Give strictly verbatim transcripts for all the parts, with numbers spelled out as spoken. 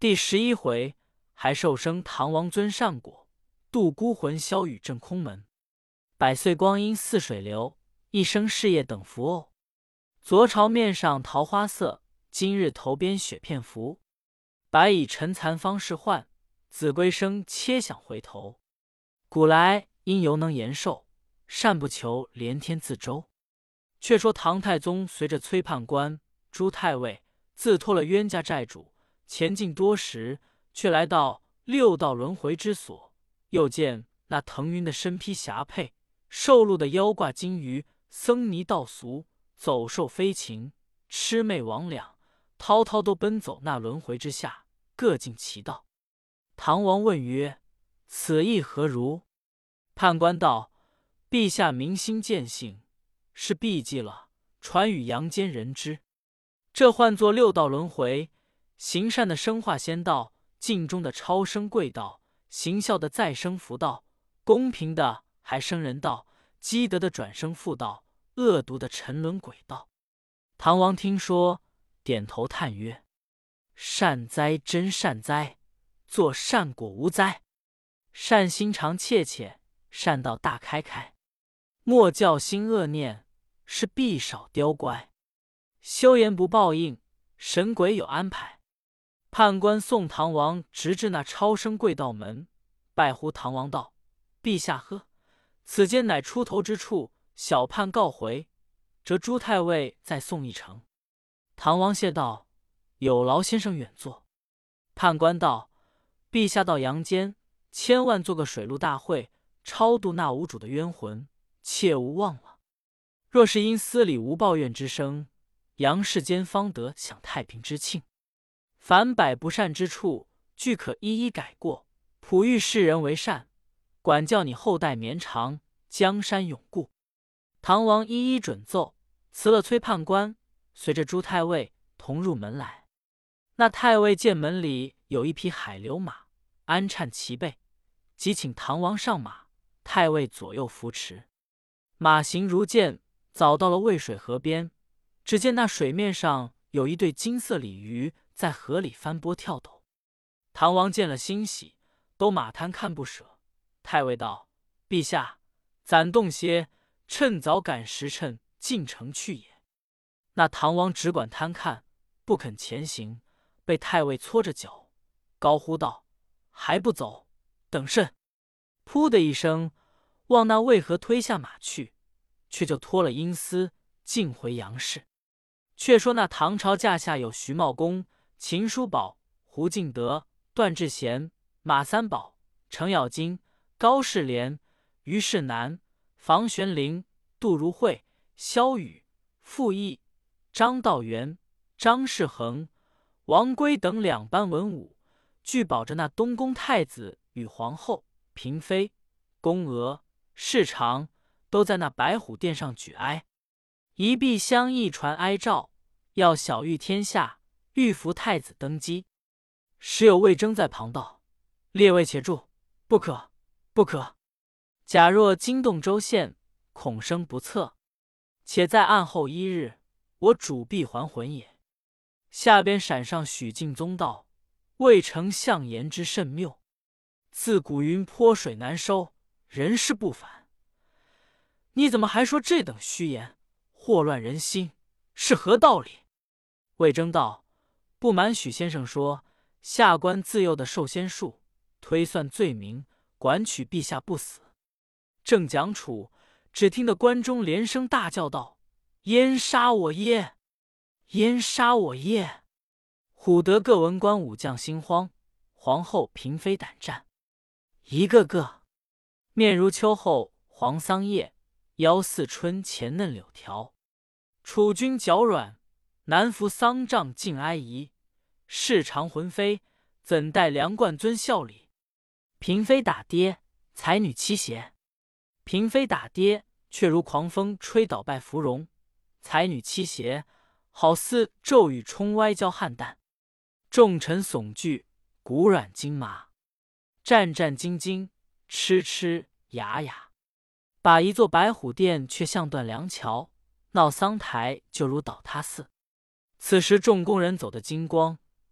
第十一回，还受生唐王尊善果，渡孤魂消雨镇空门。百岁光阴似水流，一生事业等福哦。昨朝面上桃花色，今日头边雪片浮。白蚁沉残方是幻，子规声切想回头。古来因犹能延寿，善不求连天自周。却说唐太宗随着崔判官、朱太尉自脱了冤家债主，前进多时，却来到六道轮回之所。又见那腾云的身披霞帔，受禄的腰挂金鱼，僧尼道俗，走兽飞禽，魑魅魍魉，滔滔都奔走那轮回之下，各尽其道。唐王问曰：此意何如？判官道：陛下明心见性，是必记了，传与阳间人知。这唤作六道轮回，行善的生化仙道，尽忠的超生贵道，行孝的再生福道，公平的还生人道，积德的转生妇道，恶毒的沉沦鬼道。唐王听说，点头叹曰：善哉真善哉，做善果无哉。善心常切切，善道大开开。莫教心恶念，是必少刁乖。休言不报应，神鬼有安排。判官送唐王直至那超生贵道门，拜呼唐王道：陛下呵，此间乃出头之处，小判告回，折朱太尉再送一程。唐王谢道：有劳先生远坐。判官道：陛下到阳间，千万做个水陆大会，超度那无主的冤魂，切勿忘了。若是因司里无抱怨之声，阳世间方得享太平之庆。凡百不善之处，俱可一一改过，普欲世人为善，管教你后代绵长，江山永固。唐王一一准奏，辞了崔判官，随着朱太尉同入门来。那太尉见门里有一匹海流马，安颤齐备，即请唐王上马，太尉左右扶持。马行如箭，早到了渭水河边。只见那水面上有一对金色鲤鱼在河里翻波跳抖。唐王见了欣喜，都马贪看不舍。太尉道：陛下，暂动些，趁早赶时辰进城去也。那唐王只管贪看，不肯前行，被太尉搓着脚，高呼道：还不走，等甚？噗的一声，往那渭河推下马去，却就脱了阴司，进回阳室。却说那唐朝驾下有徐茂公、秦叔宝、胡敬德、段志贤、马三宝、程咬金、高士廉、于世南、房玄龄、杜如晦、萧雨、傅毅、张道元、张士恒、王圭等两班文武，俱保着那东宫太子与皇后、嫔妃、宫娥、侍长，都在那白虎殿上举哀，一臂相议传哀诏，要晓谕天下，欲扶太子登基。时有魏征在旁道：列位且住，不可不可，假若惊动州县，恐生不测。且在案后一日，我主必还魂也。下边闪上许敬宗道：魏丞相言之甚谬，自古云泼水难收，人事不反。你怎么还说这等虚言，祸乱人心，是何道理？魏征道：不瞒许先生说，下官自幼的受仙术，推算罪名，管取陛下不死。正讲处，只听得关中连声大叫道：燕杀我耶！燕杀我耶！唬得各文官武将心慌，皇后嫔妃胆战，一个个面如秋后黄桑叶，腰似春前嫩柳条。楚君脚软，难服丧杖尽哀仪。事长魂飞，怎待梁冠尊效礼？嫔妃打跌，才女妻邪。嫔妃打跌，却如狂风吹倒败芙蓉；才女妻邪，好似骤雨冲歪交汉蛋。众臣悚惧，骨软筋麻，战战兢兢，痴痴哑哑。把一座白虎殿却像断梁桥，闹桑台就如倒塌寺。此时众宫人走得精光，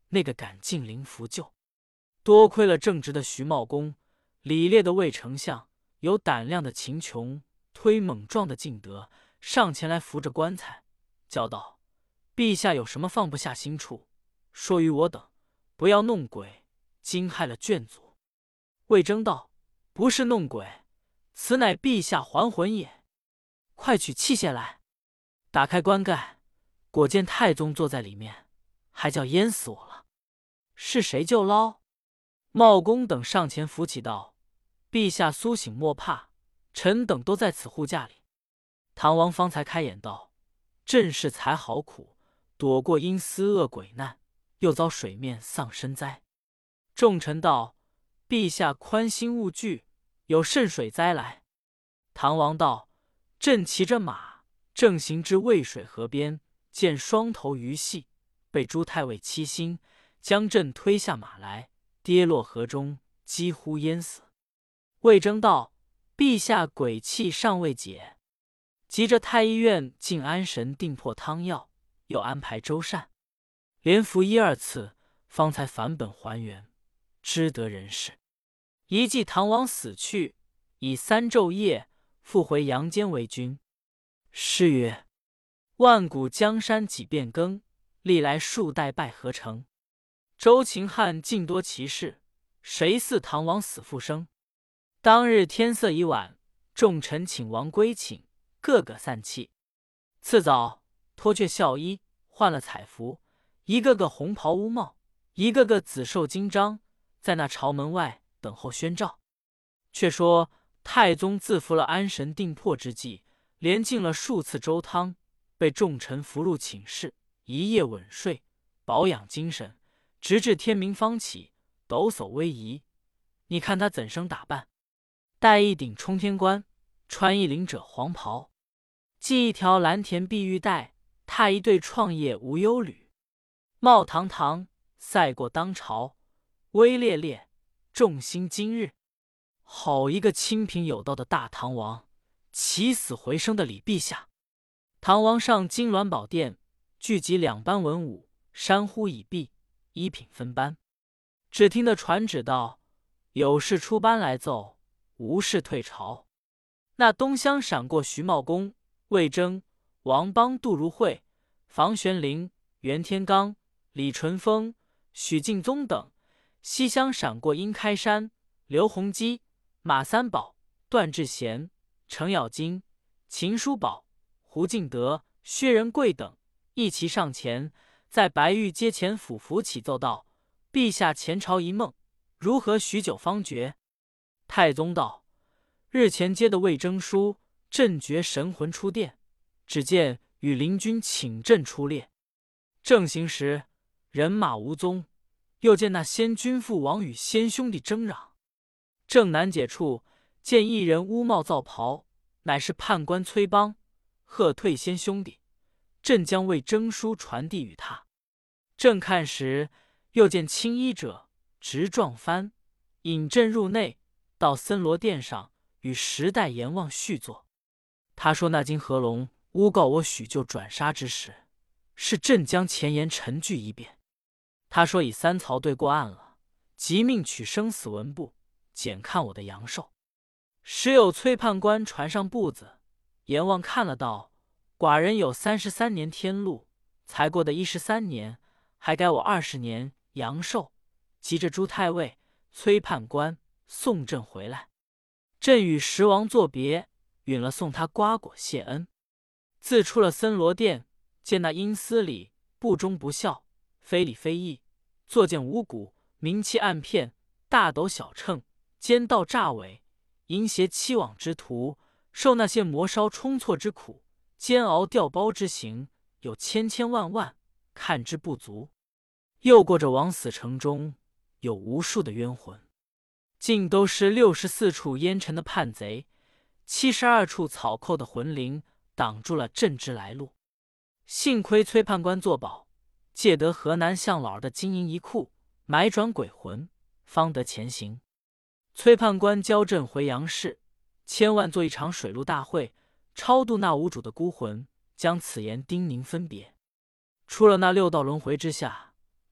那个敢进灵符救。多亏了正直的徐茂公、礼烈的魏丞相，有胆量的秦琼、推猛撞的敬德上前来扶着棺材，叫道：“陛下有什么放不下心处，说与我等，不要弄鬼，惊害了眷族。”魏征道：“不是弄鬼，此乃陛下还魂也。快取器械来。”打开棺盖，果见太宗坐在里面，还叫淹死我了。是谁救捞？茂公等上前扶起道：“陛下苏醒莫怕，臣等都在此护驾里。”唐王方才开眼道：“朕是才好苦，躲过阴司恶鬼难，又遭水面丧身灾。”众臣道：“陛下宽心勿惧，有甚水灾来？”唐王道：“朕骑着马，正行至渭水河边，见双头鱼戏，被朱太尉欺心，将朕推下马来，跌落河中，几乎淹死。”魏征道：“陛下鬼气尚未解。”急着太医院进安神定破汤药，又安排周善，连服一二次，方才返本还原，知得人事。一计唐王死去，以三昼夜复回阳间为君。诗曰：“万古江山几变更，历来数代拜何成。周秦汉尽多奇事，谁似唐王死复生？”当日天色已晚，众臣请王归寝，个个散气。次早脱却孝衣，换了彩服，一个个红袍乌帽，一个个紫绶金章，在那朝门外等候宣召。却说太宗自服了安神定破之际，连进了数次粥汤，被众臣扶入寝室，一夜稳睡，保养精神，直至天明方起，抖擞威仪。你看他怎生打扮？戴一顶冲天冠，穿一领褶黄袍，系一条蓝田碧玉带，踏一对创业无忧履，貌堂堂，赛过当朝，威烈烈，众星今日。好一个清贫有道的大唐王，起死回生的李陛下！唐王上金銮宝殿，聚集两班文武，山呼已毕，一品分班。只听得传旨道：“有事出班来奏，无事退朝。”那东乡闪过徐茂公、魏征、王邦、杜如晦、房玄龄、袁天罡、李淳风、许敬宗等；西乡闪过殷开山、刘弘基、马三宝、段志贤、程咬金、秦叔宝、胡敬德、薛仁贵等，一齐上前，在白玉阶前俯伏起奏道：“陛下前朝一梦，如何许久方决？”太宗道：“日前接的魏征书，朕觉神魂出殿，只见与邻军请朕出列。正行时，人马无踪，又见那先君父王与先兄弟争嚷。正难解处，见一人乌帽皂袍，乃是判官崔邦，喝退先兄弟。朕将魏征书传递与他。正看时，又见青衣者直撞幡，引朕入内，到森罗殿上与时代阎王叙坐。他说那金河龙诬告我许就转杀之时，是朕将前言陈句一遍。他说已三曹对过案了，即命取生死文簿，检看我的阳寿。时有崔判官传上簿子，阎王看了道：寡人有三十三年天禄，才过的一十三年，还该我二十年阳寿。急着朱太尉、崔判官送朕回来。朕与十王作别，允了送他瓜果谢恩。自出了森罗殿，见那阴司里不忠不孝，非礼非义，作践五谷，明欺暗骗，大斗小秤，奸盗诈伪，淫邪欺罔之徒，受那些磨烧冲错之苦，煎熬调包之刑，有千千万万，看之不足。又过着枉死城中，有无数的冤魂，竟都是六十四处烟尘的叛贼，七十二处草寇的魂灵，挡住了朕之来路。幸亏崔判官作保，借得河南向老儿的金银一库，买转鬼魂，方得前行。崔判官教朕回杨氏，千万做一场水陆大会，超度那无主的孤魂，将此言叮咛分别。出了那六道轮回之下，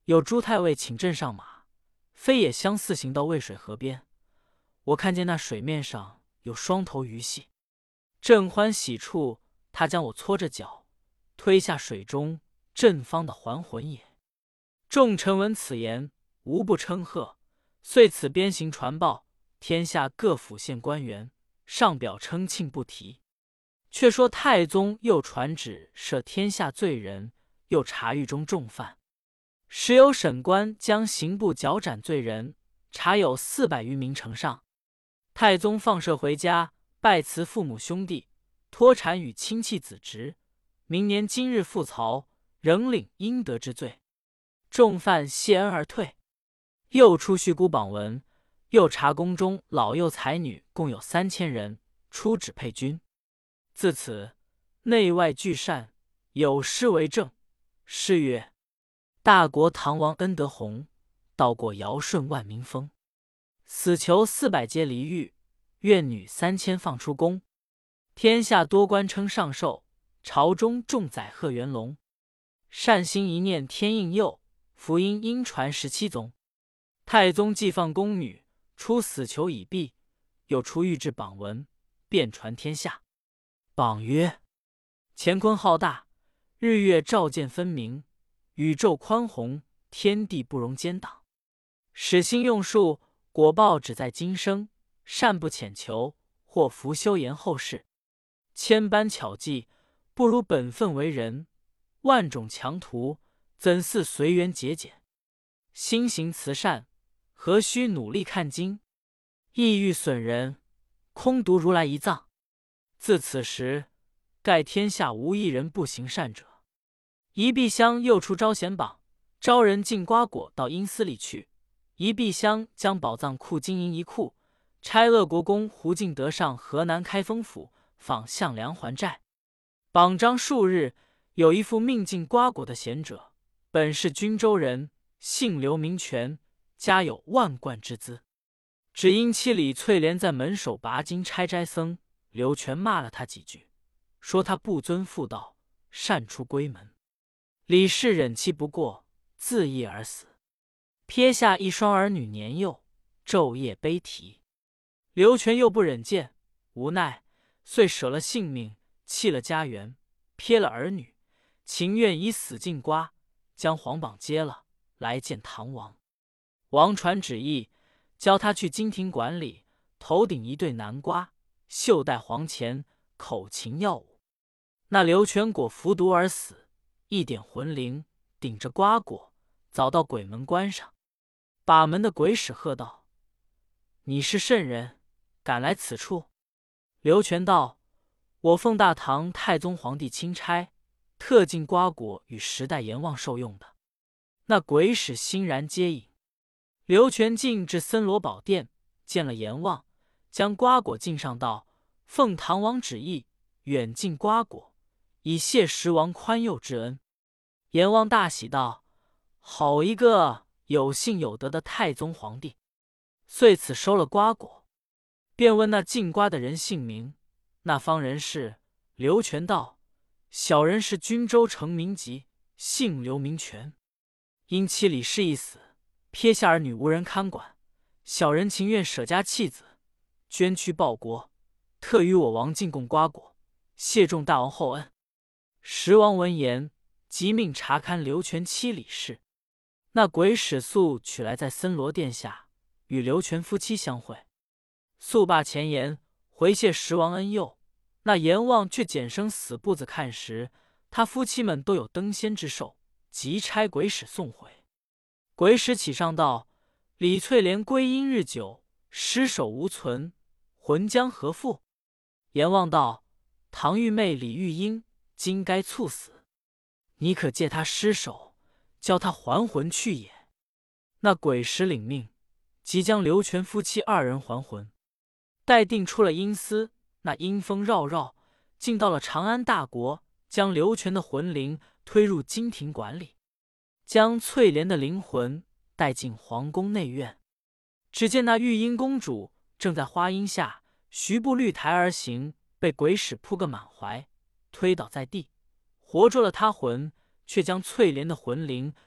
有朱太尉请朕上马，飞也相似行到渭水河边。我看见那水面上有双头鱼戏，朕欢喜处，他将我搓着脚推下水中，朕方的还魂也。”众臣闻此言，无不称贺，遂此鞭刑传报天下各府县官员，上表称庆不提。却说太宗又传旨赦天下罪人，又查狱中重犯。时有审官将刑部绞斩罪人，查有四百余名呈上。太宗放赦回家，拜辞父母兄弟，脱产与亲戚子侄。明年今日复曹，仍领应得之罪。众犯谢恩而退。又出续孤榜文，又查宫中老幼才女共有三千人，出指配军。自此内外俱善，有诗为证。诗曰：“大国唐王恩德宏，道过尧舜万民丰。死囚四百皆离狱，怨女三千放出宫。天下多官称上寿，朝中众宰贺元龙。善心一念天应佑，福音应传十七宗。”太宗既放宫女，出死囚已毕，又出御制榜文，遍传天下。榜曰：“乾坤浩大，日月照见分明，宇宙宽宏，天地不容奸党。使心用术，果报只在今生。善不浅求，或福修延后世。千般巧计，不如本分为人。万种强途，怎似随缘节俭？心行慈善，何须努力看经？意欲损人，空读如来一藏。自此时，盖天下无一人不行善者。”一壁厢又出招贤榜，招人进瓜果到阴司里去。一壁厢将宝藏库金银一库，差鄂国公胡敬德上河南开封府访项梁还债。榜章数日，有一副命进瓜果的贤者，本是均州人，姓刘名权，家有万贯之资。只因妻李翠莲在门首拔经差斋僧，刘权骂了他几句，说他不遵妇道，擅出闺门。李氏忍气不过，自缢而死。撇下一双儿女年幼，昼夜悲啼。刘权又不忍见，无奈，遂舍了性命，弃了家园，撇了儿女，情愿以死进瓜，将皇榜接了，来见唐王。王传旨意，教他去金庭馆里，头顶一对南瓜，袖带黄钱，口琴耀舞。那刘全果服毒而死，一点魂灵，顶着瓜果，早到鬼门关上。把门的鬼使喝道：“你是甚人，敢来此处？”刘全道：“我奉大唐太宗皇帝钦差，特进瓜果与时代阎王受用的。”那鬼使欣然接引。刘全进至森罗宝殿，见了阎王，将瓜果敬上道：“奉唐王旨意，远进瓜果，以谢时王宽宥之恩。”阎王大喜道：“好一个有信有德的太宗皇帝！”遂此收了瓜果，便问那进瓜的人姓名。那方人是刘全道：“小人是均州城名籍，姓刘名权。因妻李氏一死，撇下儿女无人看管，小人情愿舍家弃子，捐躯报国，特与我王进贡瓜果，谢众大王厚恩。”时王闻言，即命查勘刘全妻李氏。那鬼使素取来，在森罗殿下与刘全夫妻相会。素罢前言，回谢时王恩佑。那阎王却简生死簿子看时，他夫妻们都有登仙之寿，即差鬼使送回。鬼使启上道：“李翠莲归阴日久，尸首无存，魂将何复？”阎王道：“唐玉妹李玉英今该猝死，你可借他尸首，叫他还魂去也。”那鬼使领命，即将刘全夫妻二人还魂。待定出了阴司，那阴风绕绕，进到了长安大国，将刘全的魂灵推入金庭馆里，将翠莲的灵魂带进皇宫内院。只见那玉英公主正在花荫下徐步绿台而行，被鬼使扑个满怀，推倒在地，活捉了她魂，却将翠莲的魂灵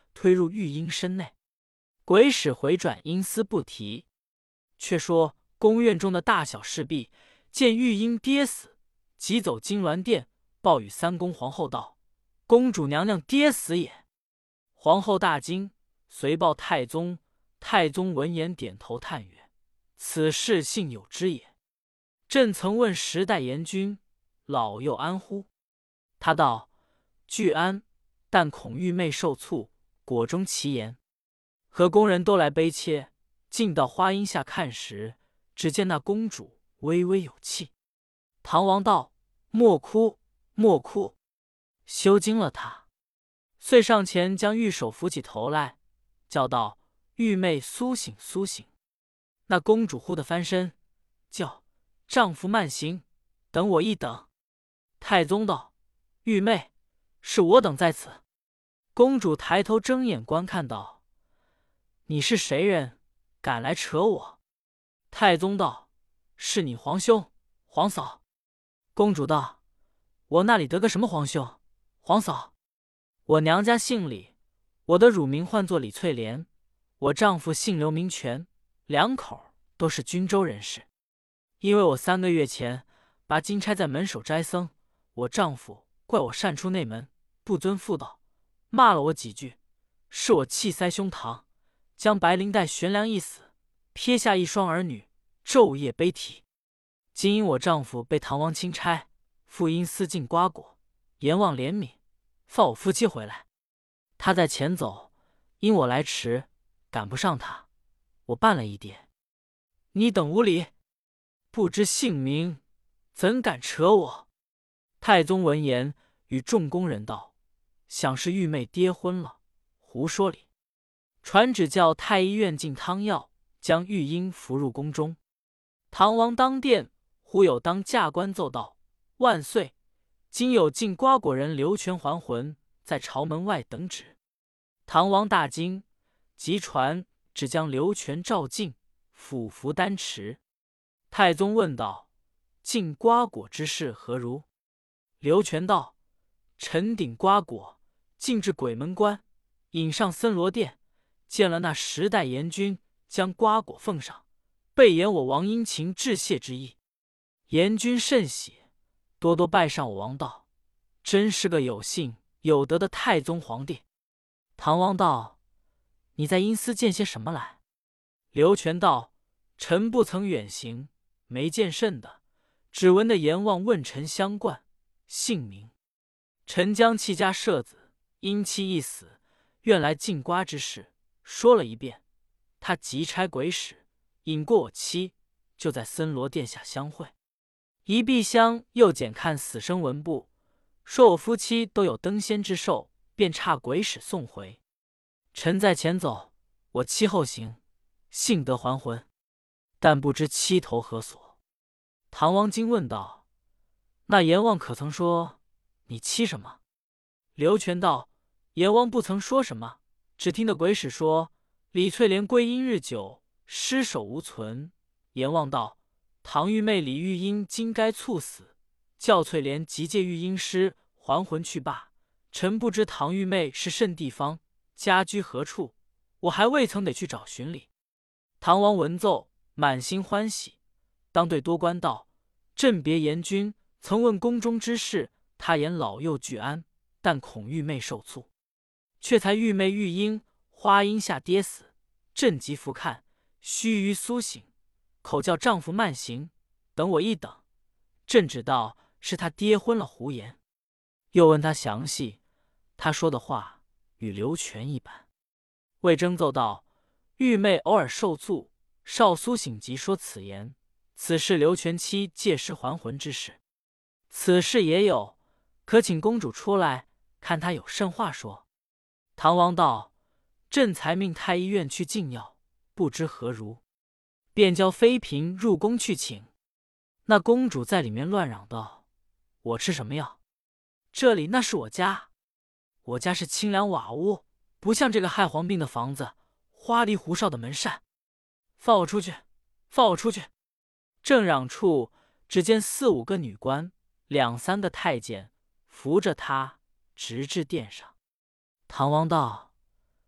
推入玉婴身内。鬼使回转，因思不提。却说宫院中的大小侍婢见玉婴跌死，急走金銮殿，报与三宫皇后道：“公主娘娘跌死也。”皇后大惊，随报太宗。太宗闻言，点头叹曰：“此事幸有之也。朕曾问时代阎君，老幼安乎？他道：俱安，但恐玉妹受促，果中其言。和宫人都来悲切，进到花荫下看时，只见那公主微微有气。唐王道：莫哭，莫哭，休惊了她。遂上前将玉手扶起头来，叫道：玉妹苏醒，苏醒。那公主忽地翻身，叫丈夫慢行，等我一等。太宗道：玉妹，是我等在此。公主抬头睁眼观看道：你是谁人，敢来扯我？太宗道：是你皇兄皇嫂。公主道：我那里得个什么皇兄皇嫂？我娘家姓李，我的乳名唤作李翠莲，我丈夫姓刘名全，两口都是均州人士。因为我三个月前拔金钗在门首斋僧，我丈夫怪我擅出内门，不遵妇道，骂了我几句，是我气塞胸膛，将白绫带悬梁一死，撇下一双儿女，昼夜悲啼。今因我丈夫被唐王钦差，复因私进瓜果，阎王怜悯，放我夫妻回来。他在前走，因我来迟，赶不上他，我办了一点。你等无礼，不知姓名，怎敢扯我？太宗闻言，与众宫人道：想是玉妹跌昏了，胡说理。传旨叫太医院进汤药，将玉婴扶入宫中。唐王当殿，忽有当驾官奏道：万岁！今有进瓜果人刘全还魂，在朝门外等旨。唐王大惊，即传只将刘全召进，俯伏丹池。太宗问道：进瓜果之事何如？刘全道：臣顶瓜果，进至鬼门关，引上森罗殿，见了那时代阎君，将瓜果奉上，备言我王殷勤致谢之意。阎君甚喜，多多拜上我王道，真是个有幸有德的太宗皇帝。唐王道：你在阴司见些什么来？刘全道：臣不曾远行，没见甚的，只闻得阎王问臣相冠姓名。臣将戚家舍子因妻一死，愿来进瓜之事说了一遍，他急差鬼使引过我妻，就在森罗殿下相会。一壁厢又检看死生文部，说我夫妻都有登仙之寿，便差鬼使送回。臣在前走，我妻后行，幸得还魂，但不知妻头何所。唐王惊问道：那阎王可曾说你妻什么？刘全道：阎王不曾说什么，只听得鬼使说李翠莲归阴日久，尸首无存。阎王道：唐玉妹李玉英今该猝死，叫翠莲急借玉婴尸还魂去罢。臣不知唐玉妹是甚地方，家居何处，我还未曾得去找寻理。唐王闻奏，满心欢喜，当对多官道：朕别阎君曾问宫中之事，他言老幼俱安，但恐玉妹受促。却才玉妹玉婴花荫下跌死，朕即复看，须臾苏醒，口叫丈夫慢行，等我一等。朕只道是他跌昏了胡言，又问他详细，他说的话与刘全一般。魏征奏道：玉妹偶尔受促，少苏醒即说此言，此事刘全妻借尸还魂之事。此事也有，可请公主出来，看他有甚话说。唐王道：朕才命太医院去进药，不知何如，便叫妃嫔入宫去请。那公主在里面乱嚷道：我吃什么药？这里那是我家，我家是清凉瓦屋，不像这个害皇病的房子，花里胡哨的门扇。放我出去，放我出去！正嚷处，只见四五个女官，两三个太监扶着他直至殿上。唐王道：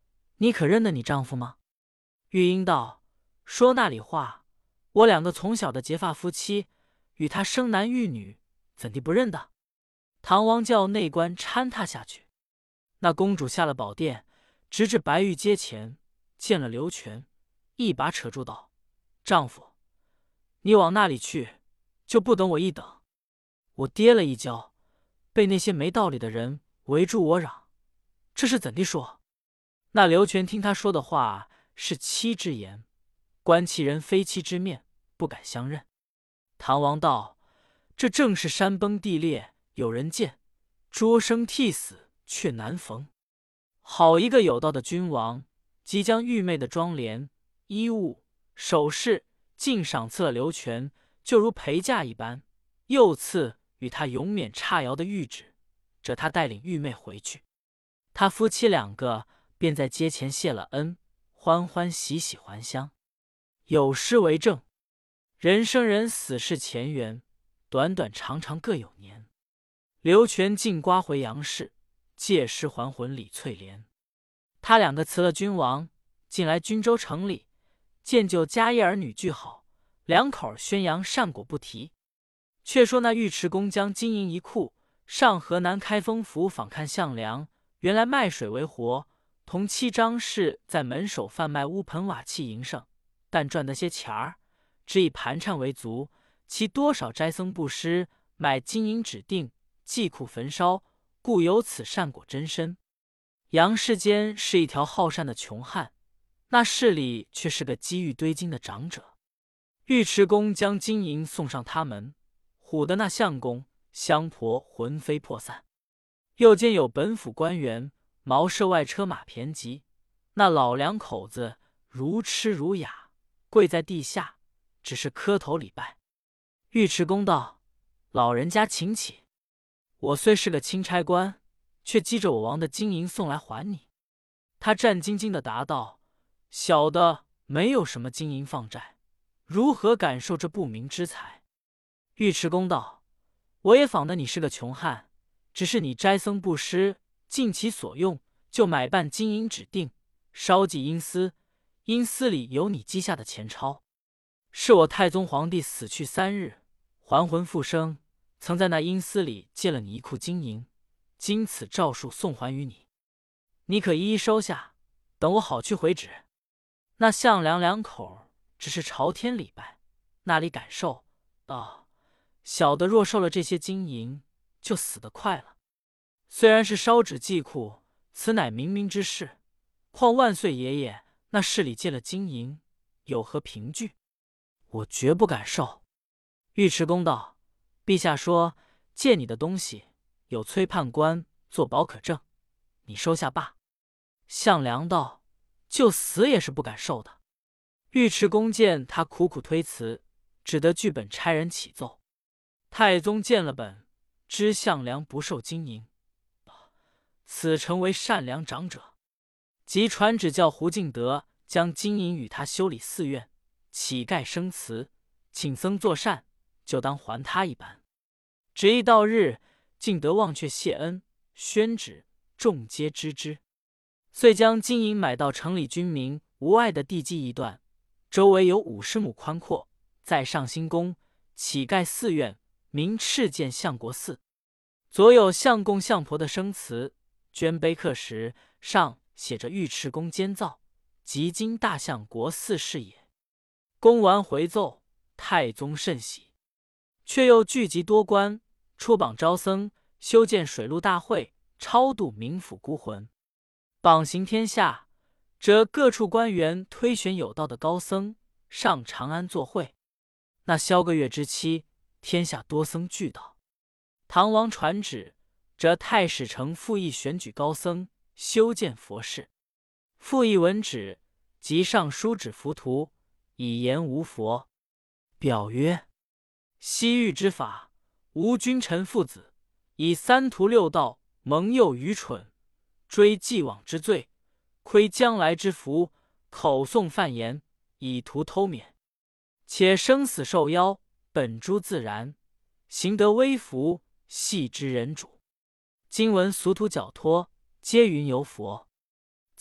你可认得你丈夫吗？”玉英道：“说那里话，我两个从小的结发夫妻，与他生男育女，怎地不认得？”唐王叫内官搀他下去。那公主下了宝殿，直至白玉阶前，见了刘全，一把扯住道：“丈夫，你往那里去，就不等我一等。”我跌了一跤，被那些没道理的人围住我嚷：“这是怎地说？”那刘全听他说的话是妻之言，观其人非妻之面，不敢相认。唐王道：“这正是山崩地裂有人见，捉生替死却难逢。好一个有道的君王，即将玉妹的妆奁、衣物、首饰尽赏赐了刘全，就如陪嫁一般，又赐与他永免差摇的谕旨，这他带领玉妹回去。”他夫妻两个便在阶前谢了恩，欢欢喜喜还乡。有诗为证：“人生人，死是前缘，短短长长各有年。刘全尽刮回杨氏，借尸还魂李翠莲。”他两个辞了君王，进来均州城里，见就家业儿女俱好，两口宣扬善果不提。却说那尉迟恭将金银一库，上河南开封府访看项梁，原来卖水为活，同妻张氏在门首贩卖乌盆瓦器营生，但赚得些钱儿，只以盘缠为足，其多少斋僧布施，买金银指定，祭库焚烧，故有此善果真身。杨世坚是一条好善的穷汉，那市里却是个积玉堆金的长者。尉迟恭将金银送上他门，唬得那相公香婆魂飞魄散。又见有本府官员茅舍外车马骈疾，那老两口子如痴如哑，跪在地下，只是磕头礼拜。尉迟恭道：“老人家请起，我虽是个钦差官，却积着我王的金银送来还你。”他战兢兢地答道：“小的没有什么金银放债，如何感受这不明之财？”尉迟恭道：“我也仿得你是个穷汉，只是你斋僧布施，尽其所用，就买办金银指定，烧祭阴司，阴司里有你积下的钱钞。是我太宗皇帝死去三日，还魂复生，曾在那阴司里借了你一库金银，经此诏书送还于你，你可一一收下，等我好去回旨。”那项梁两口只是朝天礼拜，那里敢受？道：“小的若受了这些金银，就死得快了。虽然是烧纸祭库，此乃冥冥之事，况万岁爷爷那市里借了金银，有何凭据？我绝不敢受。”尉迟恭道：“陛下说借你的东西，有崔判官做保可证，你收下罢。”项梁道：“就死也是不敢受的。”尉迟恭见他苦苦推辞，只得据本差人启奏。太宗见了本，知项梁不受金银，此诚为善良长者，即传旨叫胡敬德将金银与他修理寺院，乞丐生祠，请僧作善，就当还他一般。旨意到日，敬德忘却谢恩，宣旨，众皆知之。遂将金银买到城里军民无碍的地基一段，周围有五十亩宽阔，在上兴宫、乞丐寺院，名敕建相国寺。左有相公相婆的生祠，捐碑刻石，上写着尉迟恭监造，即今大相国寺是也。公完回奏，太宗甚喜，却又聚集多官，出榜招僧，修建水陆大会，超度冥府孤魂。榜行天下，则各处官员推选有道的高僧上长安作会。那宵个月之期，天下多僧俱到。唐王传旨，则太史丞傅毅选举高僧，修建佛事。傅毅闻旨，即上书指浮图，以言无佛。表曰：“西域之法，无君臣父子，以三途六道蒙诱愚蠢，追既往之罪，亏将来之福，口诵犯言，以图偷免。且生死受邀，本诸自然，行得微服，系之人主。今闻俗徒矫脱，皆云由佛。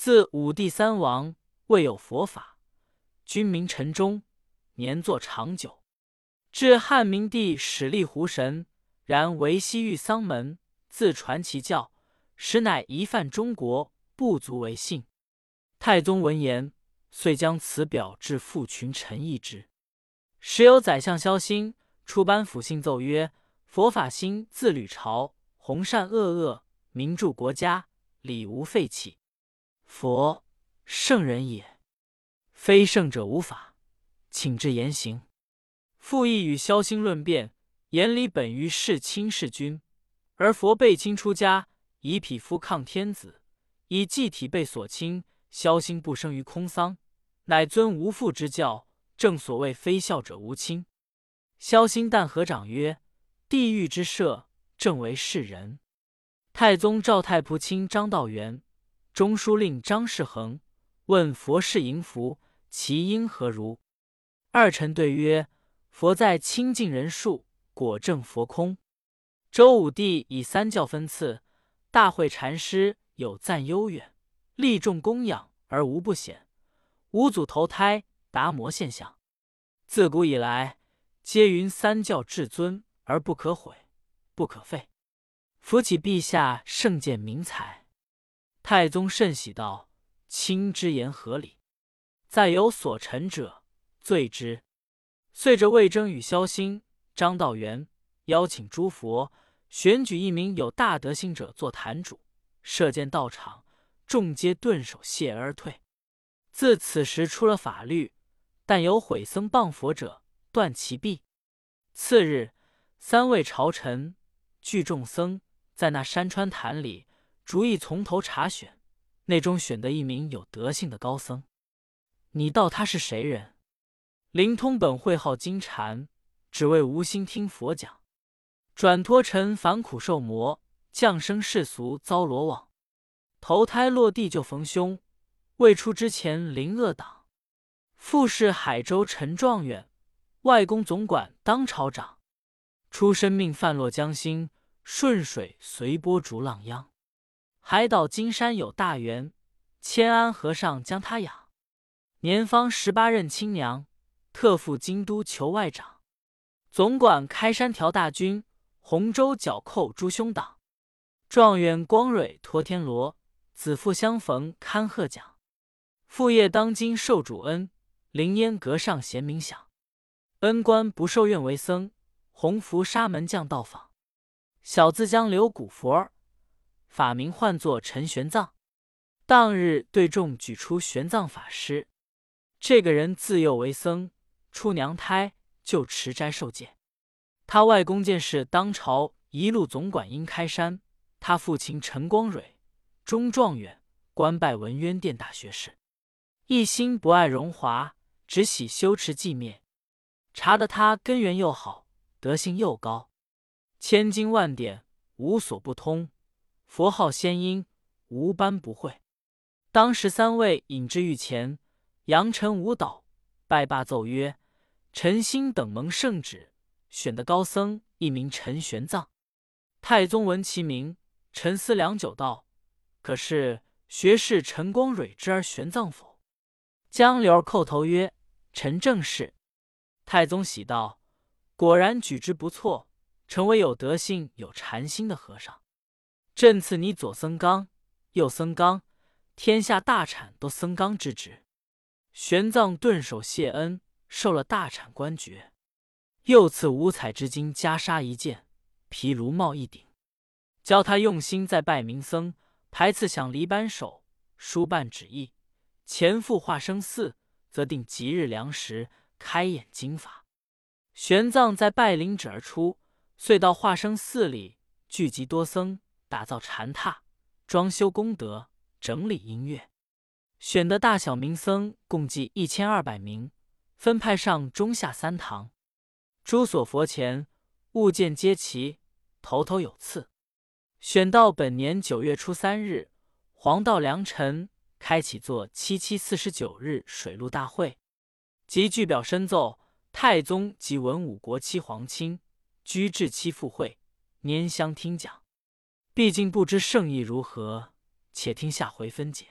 自武帝三王，未有佛法，君民臣忠，年作长久。至汉明帝始立狐神，然为西域丧门，自传其教，实乃一犯中国，不足为信。太宗闻言，遂将此表致父群臣议之。时有宰相萧兴出班府信奏曰：佛法兴自吕朝，弘善恶恶，民助国家，礼无废弃。佛圣人也，非圣者无法，请至言行。复议与萧兴论辩，言礼本于世亲事君，而佛被亲出家，以匹夫抗天子，以祭体被所亲。萧兴不生于空桑，乃遵无父之教，正所谓非孝者无亲。萧兴但合掌曰：地狱之社，正为世人。太宗召太仆卿张道元、中书令张士恒，问佛事迎服，其因何如？二臣对曰：佛在清净人数，果证佛空。周武帝以三教分次，大会禅师有赞悠远，利众供养而无不显，五祖投胎达摩现象。自古以来，皆云三教至尊而不可毁，不可废。扶起陛下圣鉴明才。太宗甚喜道：卿之言合理，再有所陈者，罪之。遂着魏征与萧兴、张道元，邀请诸佛，选举一名有大德行者做坛主，设建道场，众皆顿首谢而退。自此时出了法律，但有毁僧谤佛者，断其臂。次日，三位朝臣聚众僧，在那山川坛里，逐一从头查选，内中选得一名有德性的高僧。你道他是谁人？灵通本会号金蝉，只为无心听佛讲，转脱尘凡苦受磨，降生世俗遭罗网。投胎落地就逢凶，未出之前临恶党。父是海州陈状元，外公总管当朝长。出生命泛落江心，顺水随波逐浪央。海岛金山有大缘，千安和尚将他养。年方十八任亲娘，特赴京都求外长。总管开山调大军，洪州剿寇诸凶党。状元光蕊托天罗，子父相逢堪贺奖。父业当今受主恩，灵烟阁上贤冥想。恩官不受愿为僧，弘福沙门降道访。小字将留古佛儿，法名唤作陈玄奘。当日对众举出玄奘法师，这个人自幼为僧，出娘胎就持斋受戒。他外公见是当朝一路总管殷开山，他父亲陈光蕊，中状元，官拜文渊殿大学士，一心不爱荣华，只喜修持寂灭。查得他根源又好，德性又高，千经万典无所不通，佛号仙音无般不会。当时三位引至御前，扬尘舞蹈，拜罢奏曰：陈兴等蒙圣旨，选的高僧一名陈玄奘。太宗闻其名，沉思良久道：可是学士陈光蕊之而玄奘否？将流儿叩头曰：臣正是。太宗喜道：果然举之不错，成为有德性有禅心的和尚。朕赐你左僧纲右僧纲，天下大产都僧纲之职。玄奘顿首谢恩，受了大产官爵，又赐五彩之金袈裟一件，毗卢帽一顶，教他用心在拜名僧，排次响离班手，书办旨意，前赴化生寺，则定吉日良时，开演经法。玄奘在拜领旨而出，遂到化生寺里聚集多僧，打造禅榻，装修功德，整理音乐。选的大小名僧共计一千二百名，分派上中下三堂。诸所佛前物件皆齐，头头有次。选到本年九月初三日，黄道良辰，开启作七七四十九日水陆大会。即具表申奏，太宗及文武国戚皇亲居至期赴会，拈香听讲。毕竟不知圣意如何，且听下回分解。